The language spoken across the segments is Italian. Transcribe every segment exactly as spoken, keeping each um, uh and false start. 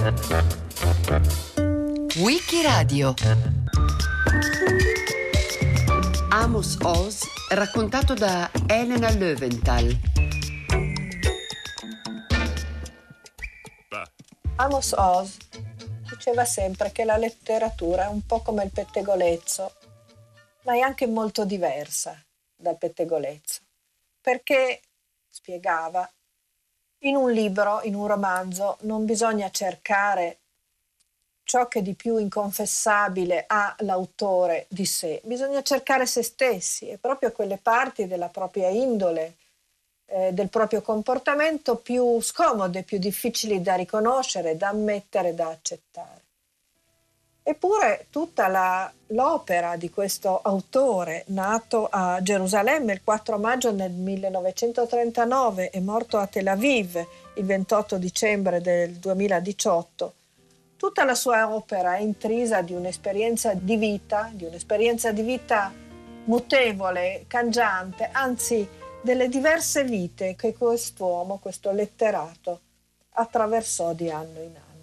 Wikiradio. Amos Oz, raccontato da Elena Löwenthal. Amos Oz diceva sempre che la letteratura è un po' come il pettegolezzo, ma è anche molto diversa dal pettegolezzo, perché, spiegava, in un libro, in un romanzo, non bisogna cercare ciò che di più inconfessabile ha l'autore di sé, bisogna cercare se stessi e proprio quelle parti della propria indole, eh, del proprio comportamento più scomode, più difficili da riconoscere, da ammettere, da accettare. Eppure tutta la, l'opera di questo autore, nato a Gerusalemme il quattro maggio del millenovecentotrentanove e morto a Tel Aviv il ventotto dicembre del duemiladiciotto, tutta la sua opera è intrisa di un'esperienza di vita, di un'esperienza di vita mutevole, cangiante, anzi delle diverse vite che quest'uomo, questo letterato, attraversò di anno in anno.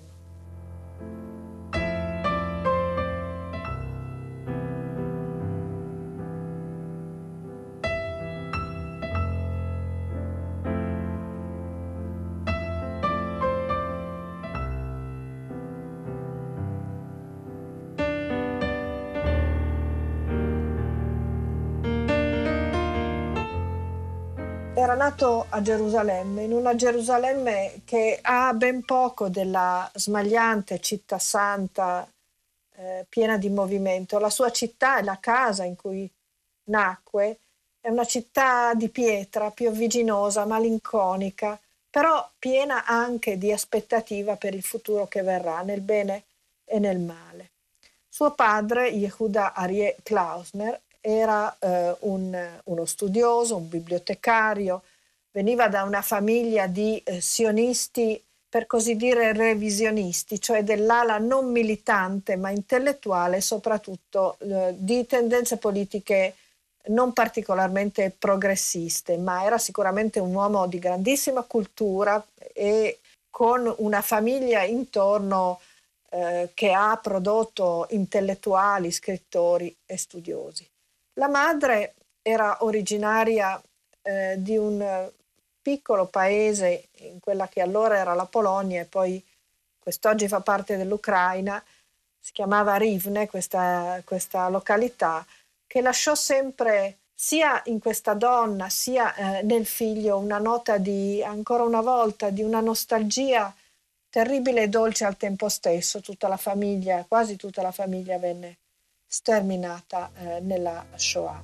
Era nato a Gerusalemme, in una Gerusalemme che ha ben poco della smagliante città santa eh, piena di movimento. La sua città e la casa in cui nacque è una città di pietra, piobbiginosa, malinconica, però piena anche di aspettativa per il futuro che verrà, nel bene e nel male. Suo padre, Yehuda Arie Klausner, era eh, un, uno studioso, un bibliotecario, veniva da una famiglia di eh, sionisti, per così dire revisionisti, cioè dell'ala non militante ma intellettuale, soprattutto eh, di tendenze politiche non particolarmente progressiste, ma era sicuramente un uomo di grandissima cultura e con una famiglia intorno eh, che ha prodotto intellettuali, scrittori e studiosi. La madre era originaria eh, di un piccolo paese in quella che allora era la Polonia e poi quest'oggi fa parte dell'Ucraina, si chiamava Rivne, questa, questa località, che lasciò sempre sia in questa donna sia eh, nel figlio una nota di, ancora una volta, di una nostalgia terribile e dolce al tempo stesso. Tutta la famiglia, quasi tutta la famiglia venne sterminata eh, nella Shoah.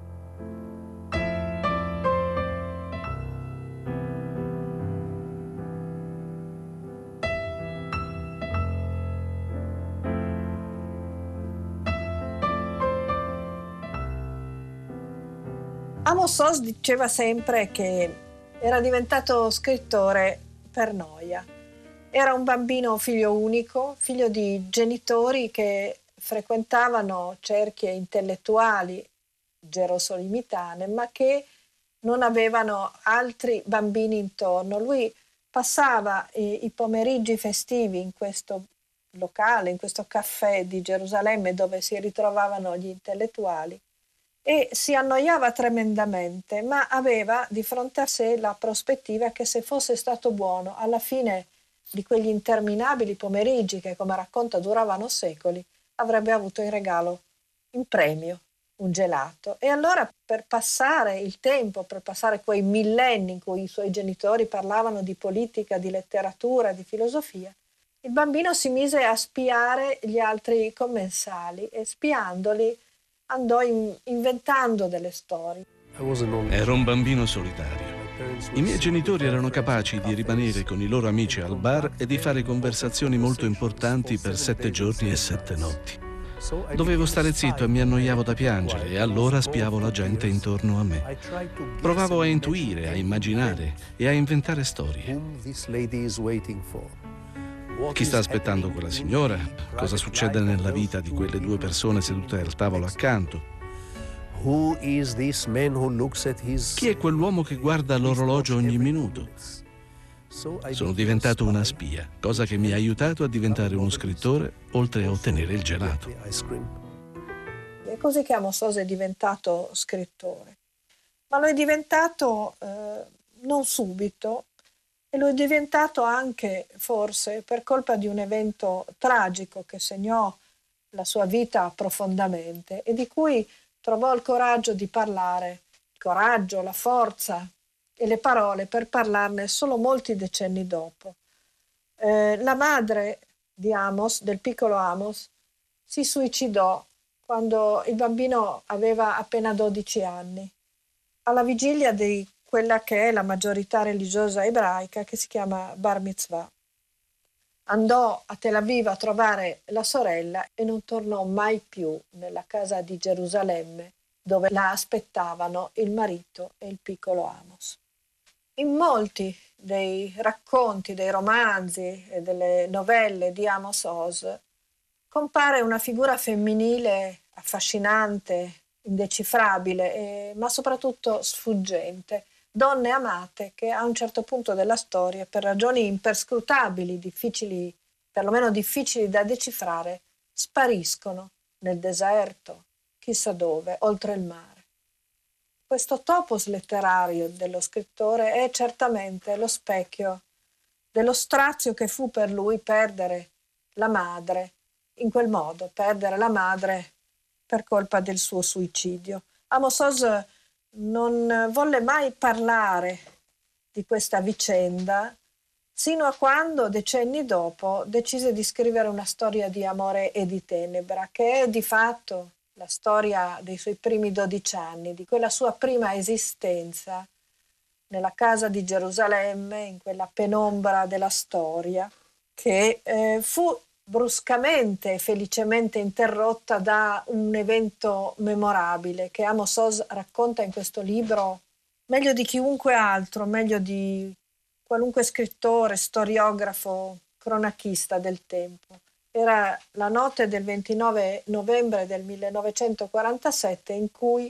Amos Oz diceva sempre che era diventato scrittore per noia. Era un bambino figlio unico, figlio di genitori che frequentavano cerchie intellettuali gerosolimitane, ma che non avevano altri bambini intorno. Lui passava i, i pomeriggi festivi in questo locale, in questo caffè di Gerusalemme dove si ritrovavano gli intellettuali e si annoiava tremendamente, ma aveva di fronte a sé la prospettiva che se fosse stato buono alla fine di quegli interminabili pomeriggi che, come racconta, duravano secoli, avrebbe avuto in regalo, in premio, un gelato. E allora, per passare il tempo, per passare quei millenni in cui i suoi genitori parlavano di politica, di letteratura, di filosofia, il bambino si mise a spiare gli altri commensali e spiandoli andò in, inventando delle storie. Ero un bambino solitario. I miei genitori erano capaci di rimanere con i loro amici al bar e di fare conversazioni molto importanti per sette giorni e sette notti. Dovevo stare zitto e mi annoiavo da piangere e allora spiavo la gente intorno a me. Provavo a intuire, a immaginare e a inventare storie. Chi sta aspettando quella signora? Cosa succede nella vita di quelle due persone sedute al tavolo accanto? Chi è quell'uomo che guarda l'orologio ogni minuto? Sono diventato una spia, cosa che mi ha aiutato a diventare uno scrittore, oltre a ottenere il gelato. È così che Amos Oz è diventato scrittore. Ma lo è diventato eh, non subito, e lo è diventato anche forse per colpa di un evento tragico che segnò la sua vita profondamente e di cui trovò il coraggio di parlare, il coraggio, la forza e le parole per parlarne solo molti decenni dopo. Eh, la madre di Amos, del piccolo Amos, si suicidò quando il bambino aveva appena dodici anni, alla vigilia di quella che è la maggiorità religiosa ebraica che si chiama Bar Mitzvah. Andò a Tel Aviv a trovare la sorella e non tornò mai più nella casa di Gerusalemme dove la aspettavano il marito e il piccolo Amos. In molti dei racconti, dei romanzi e delle novelle di Amos Oz compare una figura femminile affascinante, indecifrabile, eh, ma soprattutto sfuggente. Donne amate che a un certo punto della storia, per ragioni imperscrutabili, difficili, perlomeno difficili da decifrare, spariscono nel deserto, chissà dove, oltre il mare. Questo topos letterario dello scrittore è certamente lo specchio dello strazio che fu per lui perdere la madre, in quel modo, perdere la madre per colpa del suo suicidio. Amos Oz non volle mai parlare di questa vicenda sino a quando, decenni dopo, decise di scrivere una storia di amore e di tenebra, che è di fatto la storia dei suoi primi dodici anni, di quella sua prima esistenza nella casa di Gerusalemme, in quella penombra della storia, che eh, fu bruscamente e felicemente interrotta da un evento memorabile che Amos Oz racconta in questo libro meglio di chiunque altro, meglio di qualunque scrittore, storiografo, cronachista del tempo. Era la notte del ventinove novembre del millenovecentoquarantasette in cui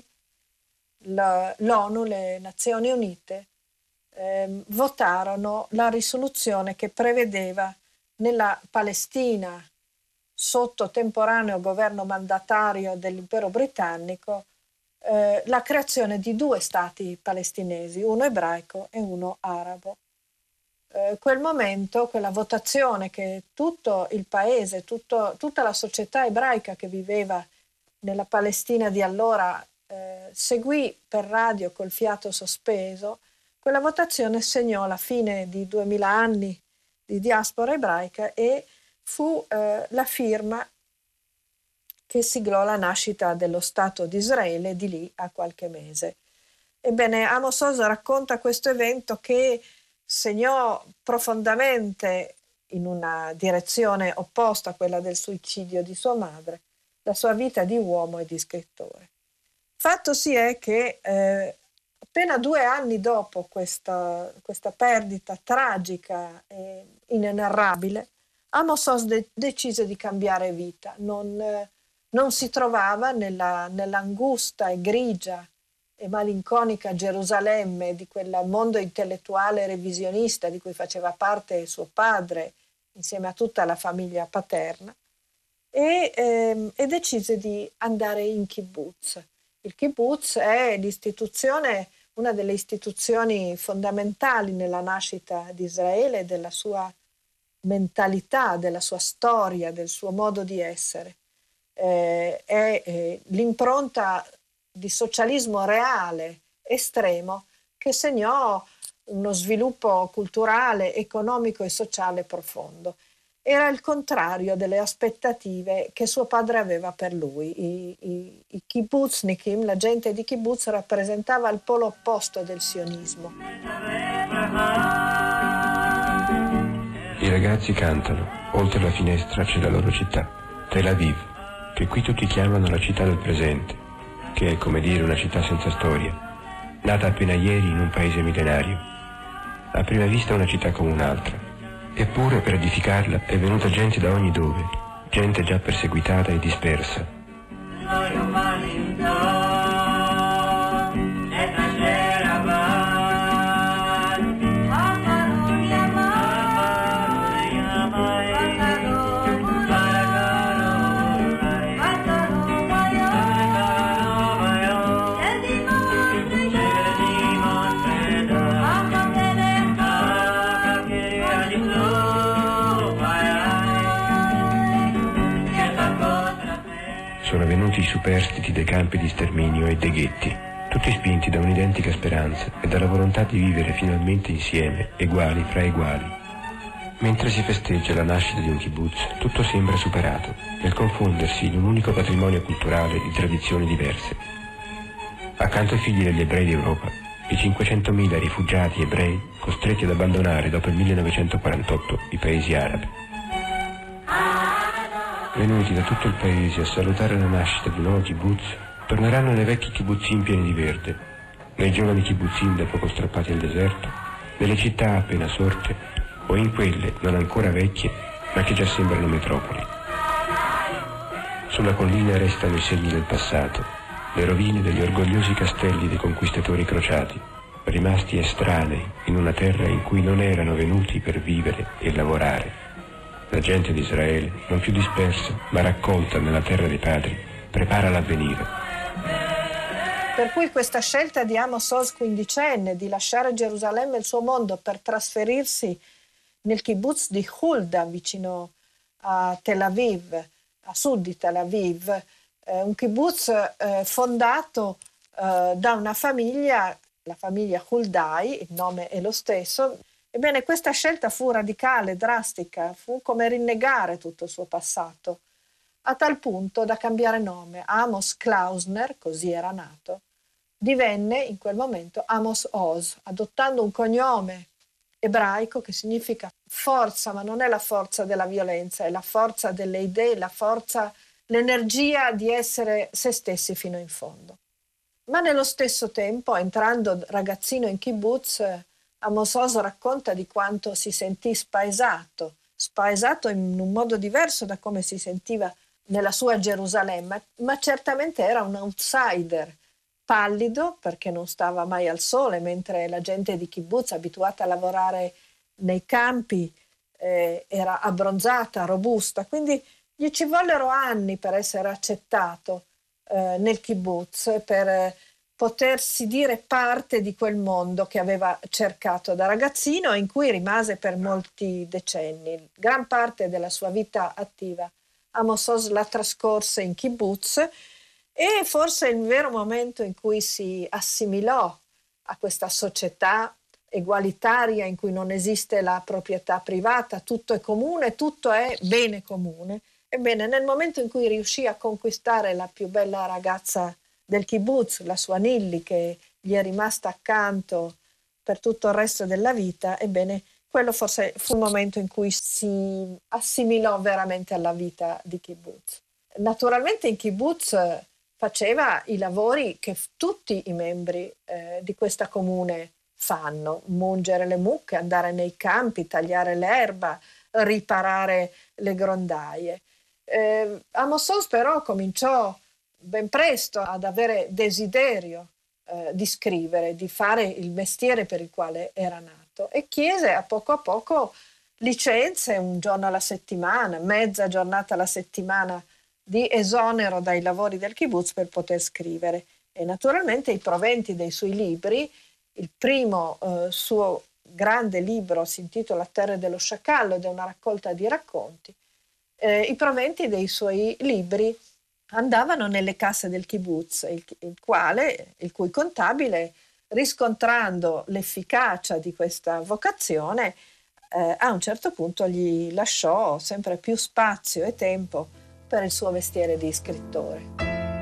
l'ONU, le Nazioni Unite, eh, votarono la risoluzione che prevedeva nella Palestina, sotto temporaneo governo mandatario dell'impero britannico, eh, la creazione di due stati palestinesi, uno ebraico e uno arabo. Eh, quel momento, quella votazione che tutto il paese, tutto, tutta la società ebraica che viveva nella Palestina di allora eh, seguì per radio col fiato sospeso, quella votazione segnò la fine di duemila anni di diaspora ebraica e fu eh, la firma che siglò la nascita dello Stato di Israele di lì a qualche mese. Ebbene, Amos Oz racconta questo evento che segnò profondamente, in una direzione opposta a quella del suicidio di sua madre, la sua vita di uomo e di scrittore. Fatto sì è che eh, appena due anni dopo questa, questa perdita tragica e inenarrabile, Amos Oz de- decise di cambiare vita. Non, eh, non si trovava nella, nell'angusta e grigia e malinconica Gerusalemme di quel mondo intellettuale revisionista di cui faceva parte suo padre insieme a tutta la famiglia paterna e, ehm, e decise di andare in kibbutz. Il kibbutz è l'istituzione, una delle istituzioni fondamentali nella nascita di Israele, della sua mentalità, della sua storia, del suo modo di essere. Eh, è eh, l'impronta di socialismo reale, estremo, che segnò uno sviluppo culturale, economico e sociale profondo. Era il contrario delle aspettative che suo padre aveva per lui. I, i, i kibbutznikim, la gente di kibbutz, rappresentava il polo opposto del sionismo. I ragazzi cantano, oltre la finestra c'è la loro città, Tel Aviv, che qui tutti chiamano la città del presente, che è come dire una città senza storia, nata appena ieri in un paese millenario. A prima vista una città come un'altra, eppure per edificarla è venuta gente da ogni dove, gente già perseguitata e dispersa. Amaro, sono venuti i superstiti dei campi di sterminio e dei ghetti, tutti spinti da un'identica speranza e dalla volontà di vivere finalmente insieme, eguali fra eguali. Mentre si festeggia la nascita di un kibbutz, tutto sembra superato, nel confondersi in un unico patrimonio culturale di tradizioni diverse. Accanto ai figli degli ebrei d'Europa, i cinquecentomila rifugiati ebrei costretti ad abbandonare dopo il millenovecentoquarantotto i paesi arabi. Venuti da tutto il paese a salutare la nascita di un nuovo kibbutz, torneranno nei vecchi kibbutzim pieni di verde, nei giovani kibbutzim da poco strappati al deserto, nelle città appena sorte o in quelle non ancora vecchie ma che già sembrano metropoli. Sulla collina restano i segni del passato, le rovine degli orgogliosi castelli dei conquistatori crociati, rimasti estranei in una terra in cui non erano venuti per vivere e lavorare. La gente di Israele, non più dispersa, ma raccolta nella terra dei padri, prepara l'avvenire. Per cui questa scelta di Amos Oz quindicenne di lasciare Gerusalemme e il suo mondo per trasferirsi nel kibbutz di Hulda, vicino a Tel Aviv, a sud di Tel Aviv, eh, un kibbutz eh, fondato eh, da una famiglia, la famiglia Huldai, il nome è lo stesso. Ebbene, questa scelta fu radicale, drastica, fu come rinnegare tutto il suo passato, a tal punto da cambiare nome. Amos Klausner, così era nato, divenne in quel momento Amos Oz, adottando un cognome ebraico che significa forza, ma non è la forza della violenza, è la forza delle idee, la forza, l'energia di essere se stessi fino in fondo. Ma nello stesso tempo, entrando ragazzino in kibbutz, Amos Oz racconta di quanto si sentì spaesato, spaesato in un modo diverso da come si sentiva nella sua Gerusalemme, ma certamente era un outsider, pallido perché non stava mai al sole, mentre la gente di kibbutz, abituata a lavorare nei campi, eh, era abbronzata, robusta, quindi gli ci vollero anni per essere accettato eh, nel kibbutz, per eh, potersi dire parte di quel mondo che aveva cercato da ragazzino e in cui rimase per molti decenni. Gran parte della sua vita attiva Amos Oz la trascorse in kibbutz e forse il vero momento in cui si assimilò a questa società egualitaria in cui non esiste la proprietà privata, tutto è comune, tutto è bene comune. Ebbene, nel momento in cui riuscì a conquistare la più bella ragazza del kibbutz, la sua Nilli, che gli è rimasta accanto per tutto il resto della vita, ebbene, quello forse fu il momento in cui si assimilò veramente alla vita di kibbutz. Naturalmente in kibbutz faceva i lavori che tutti i membri eh, di questa comune fanno: mungere le mucche, andare nei campi, tagliare l'erba, riparare le grondaie. Eh, Amos Oz però cominciò ben presto ad avere desiderio eh, di scrivere, di fare il mestiere per il quale era nato, e chiese a poco a poco licenze, un giorno alla settimana, mezza giornata alla settimana di esonero dai lavori del kibbutz per poter scrivere. E naturalmente i proventi dei suoi libri, il primo eh, suo grande libro si intitola Terre dello Sciacallo ed è una raccolta di racconti, eh, i proventi dei suoi libri andavano nelle casse del kibbutz, il, il quale, il cui contabile, riscontrando l'efficacia di questa vocazione, eh, a un certo punto gli lasciò sempre più spazio e tempo per il suo mestiere di scrittore.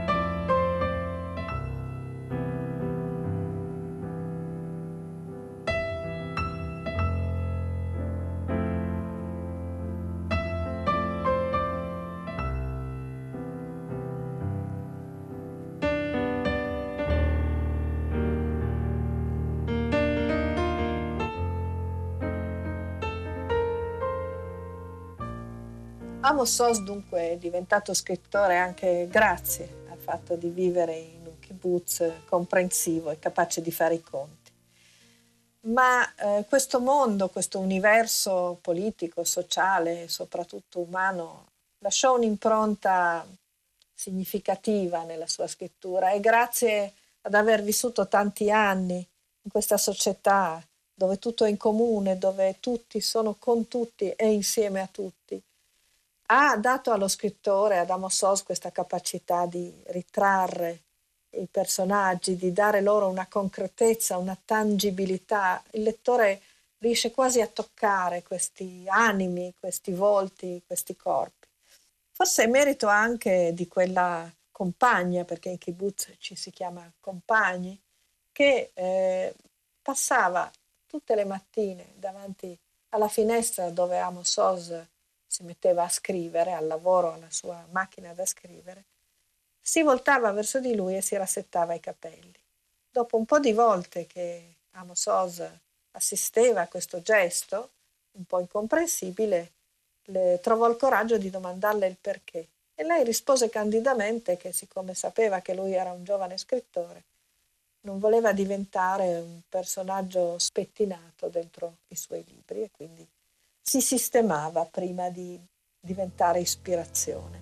Amos Oz dunque è diventato scrittore anche grazie al fatto di vivere in un kibbutz comprensivo e capace di fare i conti. Ma eh, questo mondo, questo universo politico, sociale e soprattutto umano lasciò un'impronta significativa nella sua scrittura, e grazie ad aver vissuto tanti anni in questa società dove tutto è in comune, dove tutti sono con tutti e insieme a tutti, ha dato allo scrittore, ad Amos Oz, questa capacità di ritrarre i personaggi, di dare loro una concretezza, una tangibilità. Il lettore riesce quasi a toccare questi animi, questi volti, questi corpi. Forse è merito anche di quella compagna, perché in kibbutz ci si chiama compagni, che eh, passava tutte le mattine davanti alla finestra dove Amos Oz si metteva a scrivere, al lavoro, alla sua macchina da scrivere, si voltava verso di lui e si rassettava i capelli. Dopo un po' di volte che Amos Oz assisteva a questo gesto, un po' incomprensibile, le trovò il coraggio di domandarle il perché. E lei rispose candidamente che, siccome sapeva che lui era un giovane scrittore, non voleva diventare un personaggio spettinato dentro i suoi libri e quindi si sistemava prima di diventare ispirazione.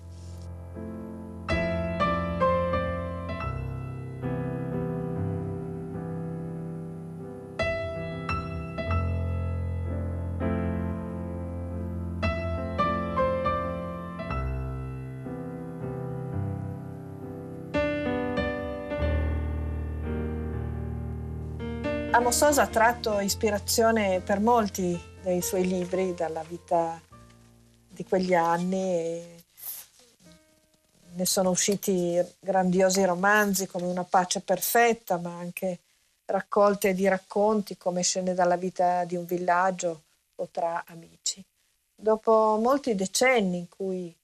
Amos Oz ha tratto ispirazione per molti dei suoi libri dalla vita di quegli anni e ne sono usciti grandiosi romanzi come Una pace perfetta, ma anche raccolte di racconti come Scene dalla vita di un villaggio o Tra amici. Dopo molti decenni in cui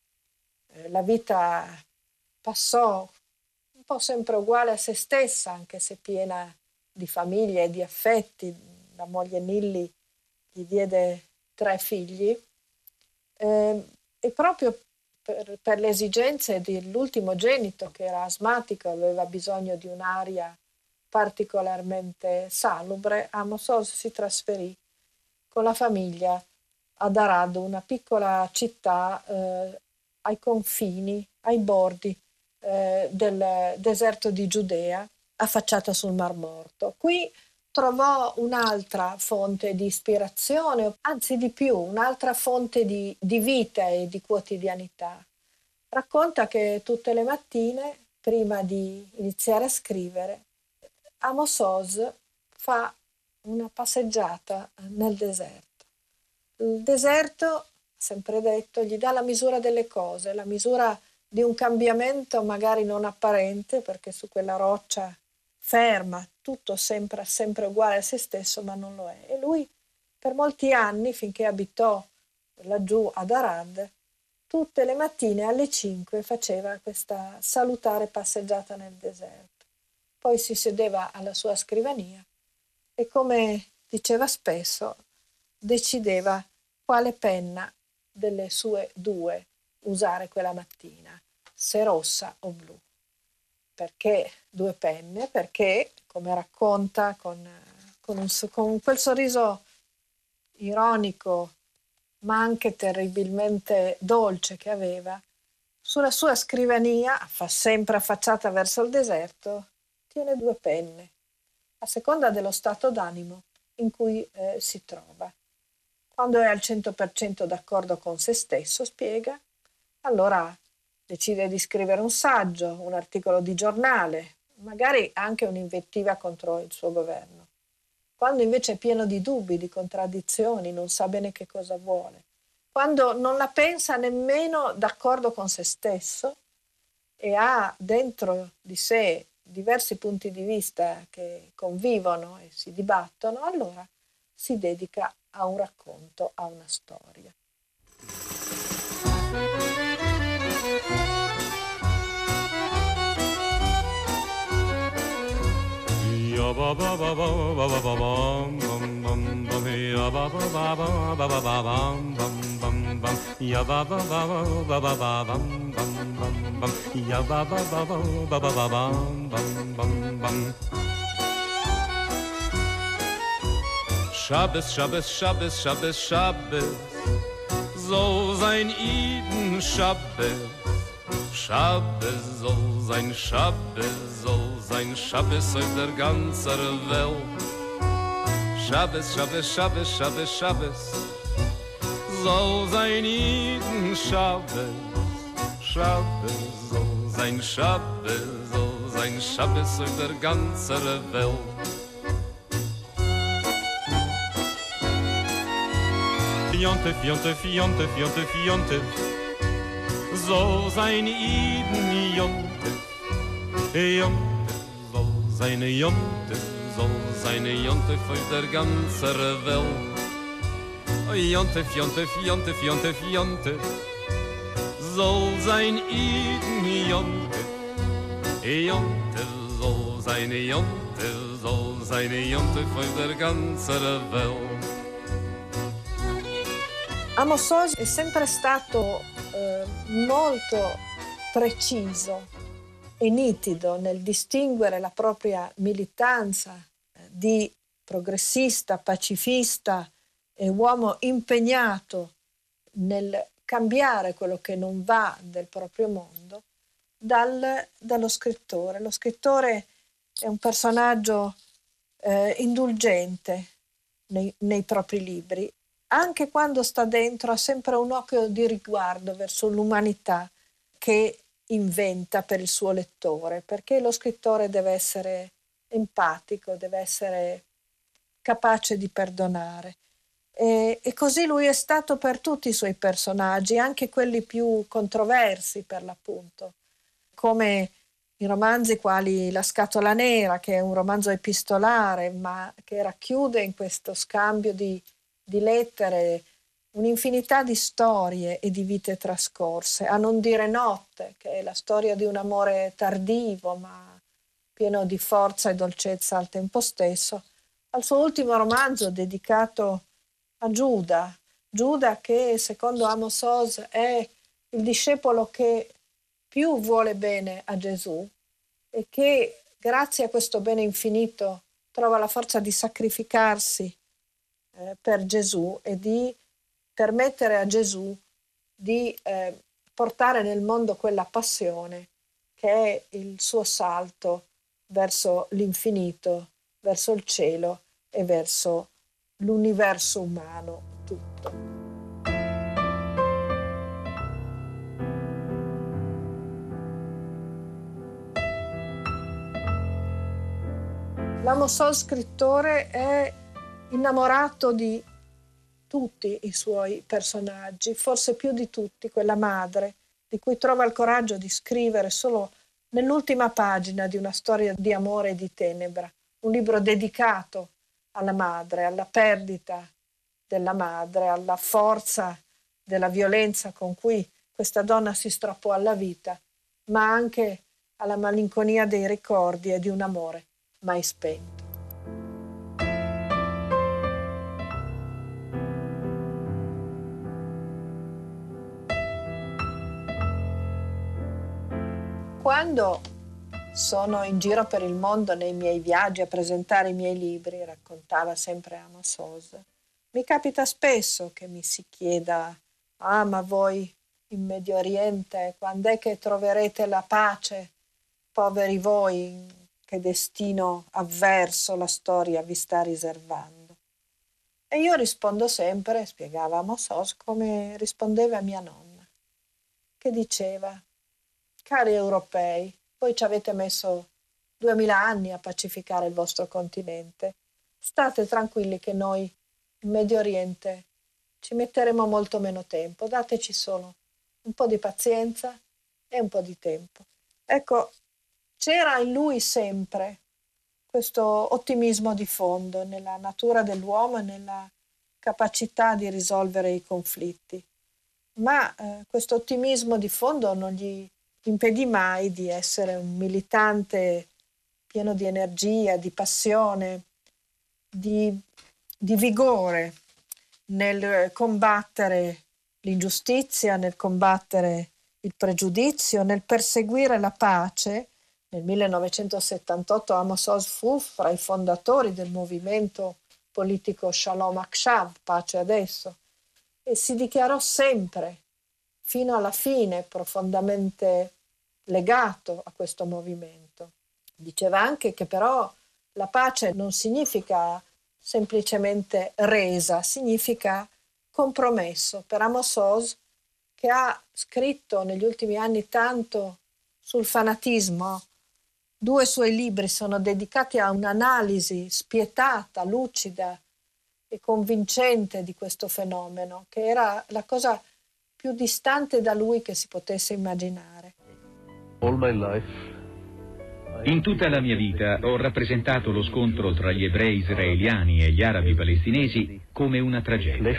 la vita passò un po' sempre uguale a se stessa, anche se piena di famiglia e di affetti, la moglie Nilly gli diede tre figli, eh, e proprio per, per le esigenze dell'ultimogenito, che era asmatico, aveva bisogno di un'aria particolarmente salubre, Amos Oz si trasferì con la famiglia ad Arad, una piccola città eh, ai confini, ai bordi eh, del deserto di Giudea, affacciata sul Mar Morto. Qui trovò un'altra fonte di ispirazione, anzi di più, un'altra fonte di, di vita e di quotidianità. Racconta che tutte le mattine, prima di iniziare a scrivere, Amos Oz fa una passeggiata nel deserto. Il deserto, ha sempre detto, gli dà la misura delle cose, la misura di un cambiamento magari non apparente, perché su quella roccia ferma, tutto sembra sempre uguale a se stesso, ma non lo è. E lui per molti anni, finché abitò laggiù ad Arad, tutte le mattine alle cinque faceva questa salutare passeggiata nel deserto. Poi si sedeva alla sua scrivania e, come diceva spesso, decideva quale penna delle sue due usare quella mattina, se rossa o blu. Perché due penne? Perché, come racconta con, con, un, con quel sorriso ironico ma anche terribilmente dolce che aveva, sulla sua scrivania, fa sempre affacciata verso il deserto, tiene due penne, a seconda dello stato d'animo in cui eh, si trova. Quando è al cento per cento d'accordo con se stesso, spiega, allora decide di scrivere un saggio, un articolo di giornale, magari anche un'invettiva contro il suo governo. Quando invece è pieno di dubbi, di contraddizioni, non sa bene che cosa vuole, quando non la pensa nemmeno d'accordo con se stesso e ha dentro di sé diversi punti di vista che convivono e si dibattono, allora si dedica a un racconto, a una storia. Shabbos, Shabbos, Shabbos, Shabbos, Shabbos, soll sein Iden Shabbos. Shabbos soll sein Shabbos, soll sein Shabbos auf der ganzen Welt. Shabbos, Shabbos, Shabbos, Shabbos, Shabbos, soll sein Iden Schabbes, Schabbes soll sein Schabbes, soll sein Schabbes auf der ganzen Welt. Jontef, Jontef, Jontef, Jontef, Jontef, soll sein Iden Jontef, Jontef, soll seine Jontef, soll seine Jontef auf der ganzen Welt. Jontef, Jontef, Jontef, Jontef, Jontef, soll sein Iden Jontef, Jontef, soll seine Jontef, soll seine Jontef auf der ganzen Welt. Amos Oz è sempre stato eh, molto preciso e nitido nel distinguere la propria militanza eh, di progressista, pacifista e uomo impegnato nel cambiare quello che non va del proprio mondo dal, dallo scrittore. Lo scrittore è un personaggio eh, indulgente nei, nei propri libri. Anche quando sta dentro ha sempre un occhio di riguardo verso l'umanità che inventa per il suo lettore, perché lo scrittore deve essere empatico, deve essere capace di perdonare. E, e così lui è stato per tutti i suoi personaggi, anche quelli più controversi per l'appunto, come i romanzi quali La scatola nera, che è un romanzo epistolare, ma che racchiude in questo scambio di di lettere, un'infinità di storie e di vite trascorse. A non dire notte, che è la storia di un amore tardivo, ma pieno di forza e dolcezza al tempo stesso, al suo ultimo romanzo dedicato a Giuda, Giuda che secondo Amos Oz è il discepolo che più vuole bene a Gesù e che grazie a questo bene infinito trova la forza di sacrificarsi per Gesù e di permettere a Gesù di eh, portare nel mondo quella passione che è il suo salto verso l'infinito, verso il cielo e verso l'universo umano tutto. L'Amos Oz scrittore è innamorato di tutti i suoi personaggi, forse più di tutti quella madre, di cui trova il coraggio di scrivere solo nell'ultima pagina di una storia di amore e di tenebra, un libro dedicato alla madre, alla perdita della madre, alla forza della violenza con cui questa donna si strappò alla vita, ma anche alla malinconia dei ricordi e di un amore mai spento. Quando sono in giro per il mondo nei miei viaggi a presentare i miei libri, raccontava sempre Amos Oz, mi capita spesso che mi si chieda: ah, ma voi in Medio Oriente, quando è che troverete la pace? Poveri voi, che destino avverso la storia vi sta riservando. E io rispondo sempre, spiegava Amos Oz, come rispondeva mia nonna, che diceva: cari europei, voi ci avete messo duemila anni a pacificare il vostro continente. State tranquilli che noi in Medio Oriente ci metteremo molto meno tempo. Dateci solo un po' di pazienza e un po' di tempo. Ecco, c'era in lui sempre questo ottimismo di fondo nella natura dell'uomo e nella capacità di risolvere i conflitti. Ma eh, questo ottimismo di fondo non gli impedì mai di essere un militante pieno di energia, di passione, di, di vigore nel combattere l'ingiustizia, nel combattere il pregiudizio, nel perseguire la pace. Nel millenovecentosettantotto Amos Oz fu fra i fondatori del movimento politico Shalom Akshav, pace adesso, e si dichiarò sempre, fino alla fine, profondamente legato a questo movimento. Diceva anche che però la pace non significa semplicemente resa, significa compromesso. Per Amos Oz che ha scritto negli ultimi anni tanto sul fanatismo. Due suoi libri sono dedicati a un'analisi spietata, lucida e convincente di questo fenomeno, che era la cosa più distante da lui che si potesse immaginare. All my life, in tutta la mia vita ho rappresentato lo scontro tra gli ebrei israeliani e gli arabi palestinesi come una tragedia.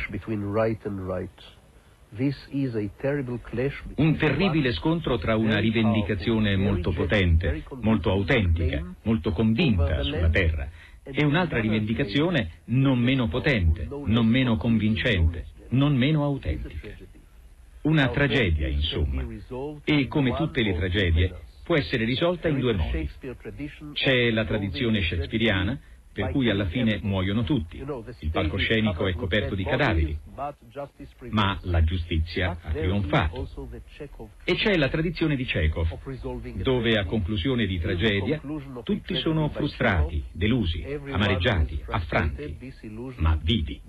Un terribile scontro tra una rivendicazione molto potente, molto autentica, molto convinta sulla terra, e un'altra rivendicazione non meno potente, non meno convincente, non meno autentica. Una tragedia, insomma, e come tutte le tragedie può essere risolta in due modi. C'è la tradizione shakespeariana, per cui alla fine muoiono tutti. Il palcoscenico è coperto di cadaveri, ma la giustizia ha trionfato. E c'è la tradizione di Chekhov, dove a conclusione di tragedia tutti sono frustrati, delusi, amareggiati, affranti, ma vivi.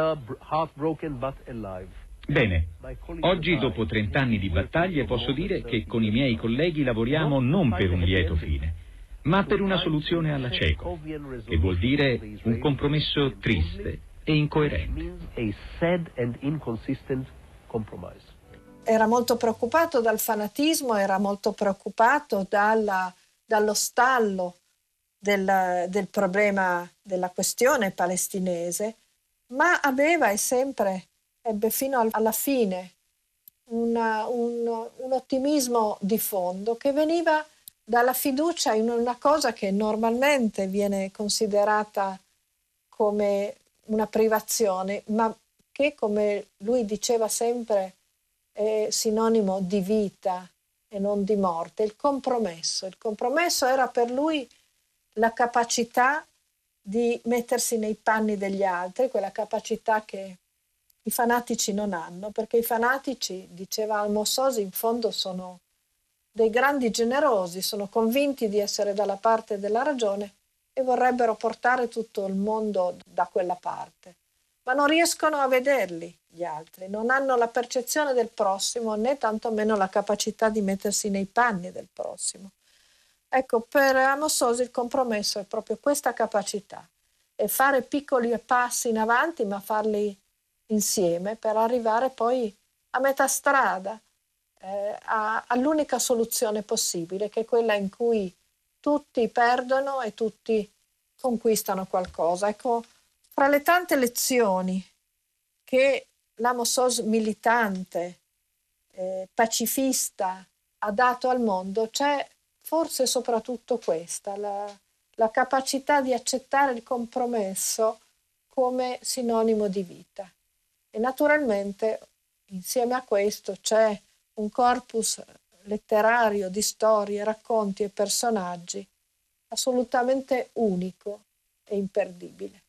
Bene, oggi dopo trent'anni di battaglie posso dire che con i miei colleghi lavoriamo non per un lieto fine, ma per una soluzione alla Chekhov, che vuol dire un compromesso triste e incoerente. Era molto preoccupato dal fanatismo, era molto preoccupato dalla, dallo stallo del, del problema, della questione palestinese, ma aveva e sempre ebbe fino alla fine una, un, un ottimismo di fondo che veniva dalla fiducia in una cosa che normalmente viene considerata come una privazione, ma che, come lui diceva sempre, è sinonimo di vita e non di morte, il compromesso. Il compromesso era per lui la capacità di mettersi nei panni degli altri, quella capacità che i fanatici non hanno, perché i fanatici, diceva Amos Oz, in fondo sono dei grandi generosi, sono convinti di essere dalla parte della ragione e vorrebbero portare tutto il mondo da quella parte, ma non riescono a vederli gli altri, non hanno la percezione del prossimo né tantomeno la capacità di mettersi nei panni del prossimo. Ecco, per Amos Oz il compromesso è proprio questa capacità, e fare piccoli passi in avanti, ma farli insieme per arrivare poi a metà strada, eh, a, all'unica soluzione possibile, che è quella in cui tutti perdono e tutti conquistano qualcosa. Ecco, fra le tante lezioni che l'Amos Oz militante, eh, pacifista ha dato al mondo, c'è forse soprattutto questa, la, la capacità di accettare il compromesso come sinonimo di vita. E naturalmente insieme a questo c'è un corpus letterario di storie, racconti e personaggi assolutamente unico e imperdibile.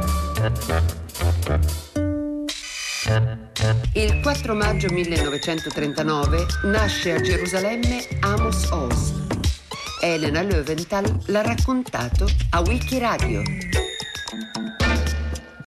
Il quattro maggio millenovecentotrentanove nasce a Gerusalemme Amos Oz. Elena Löwenthal l'ha raccontato a Wikiradio.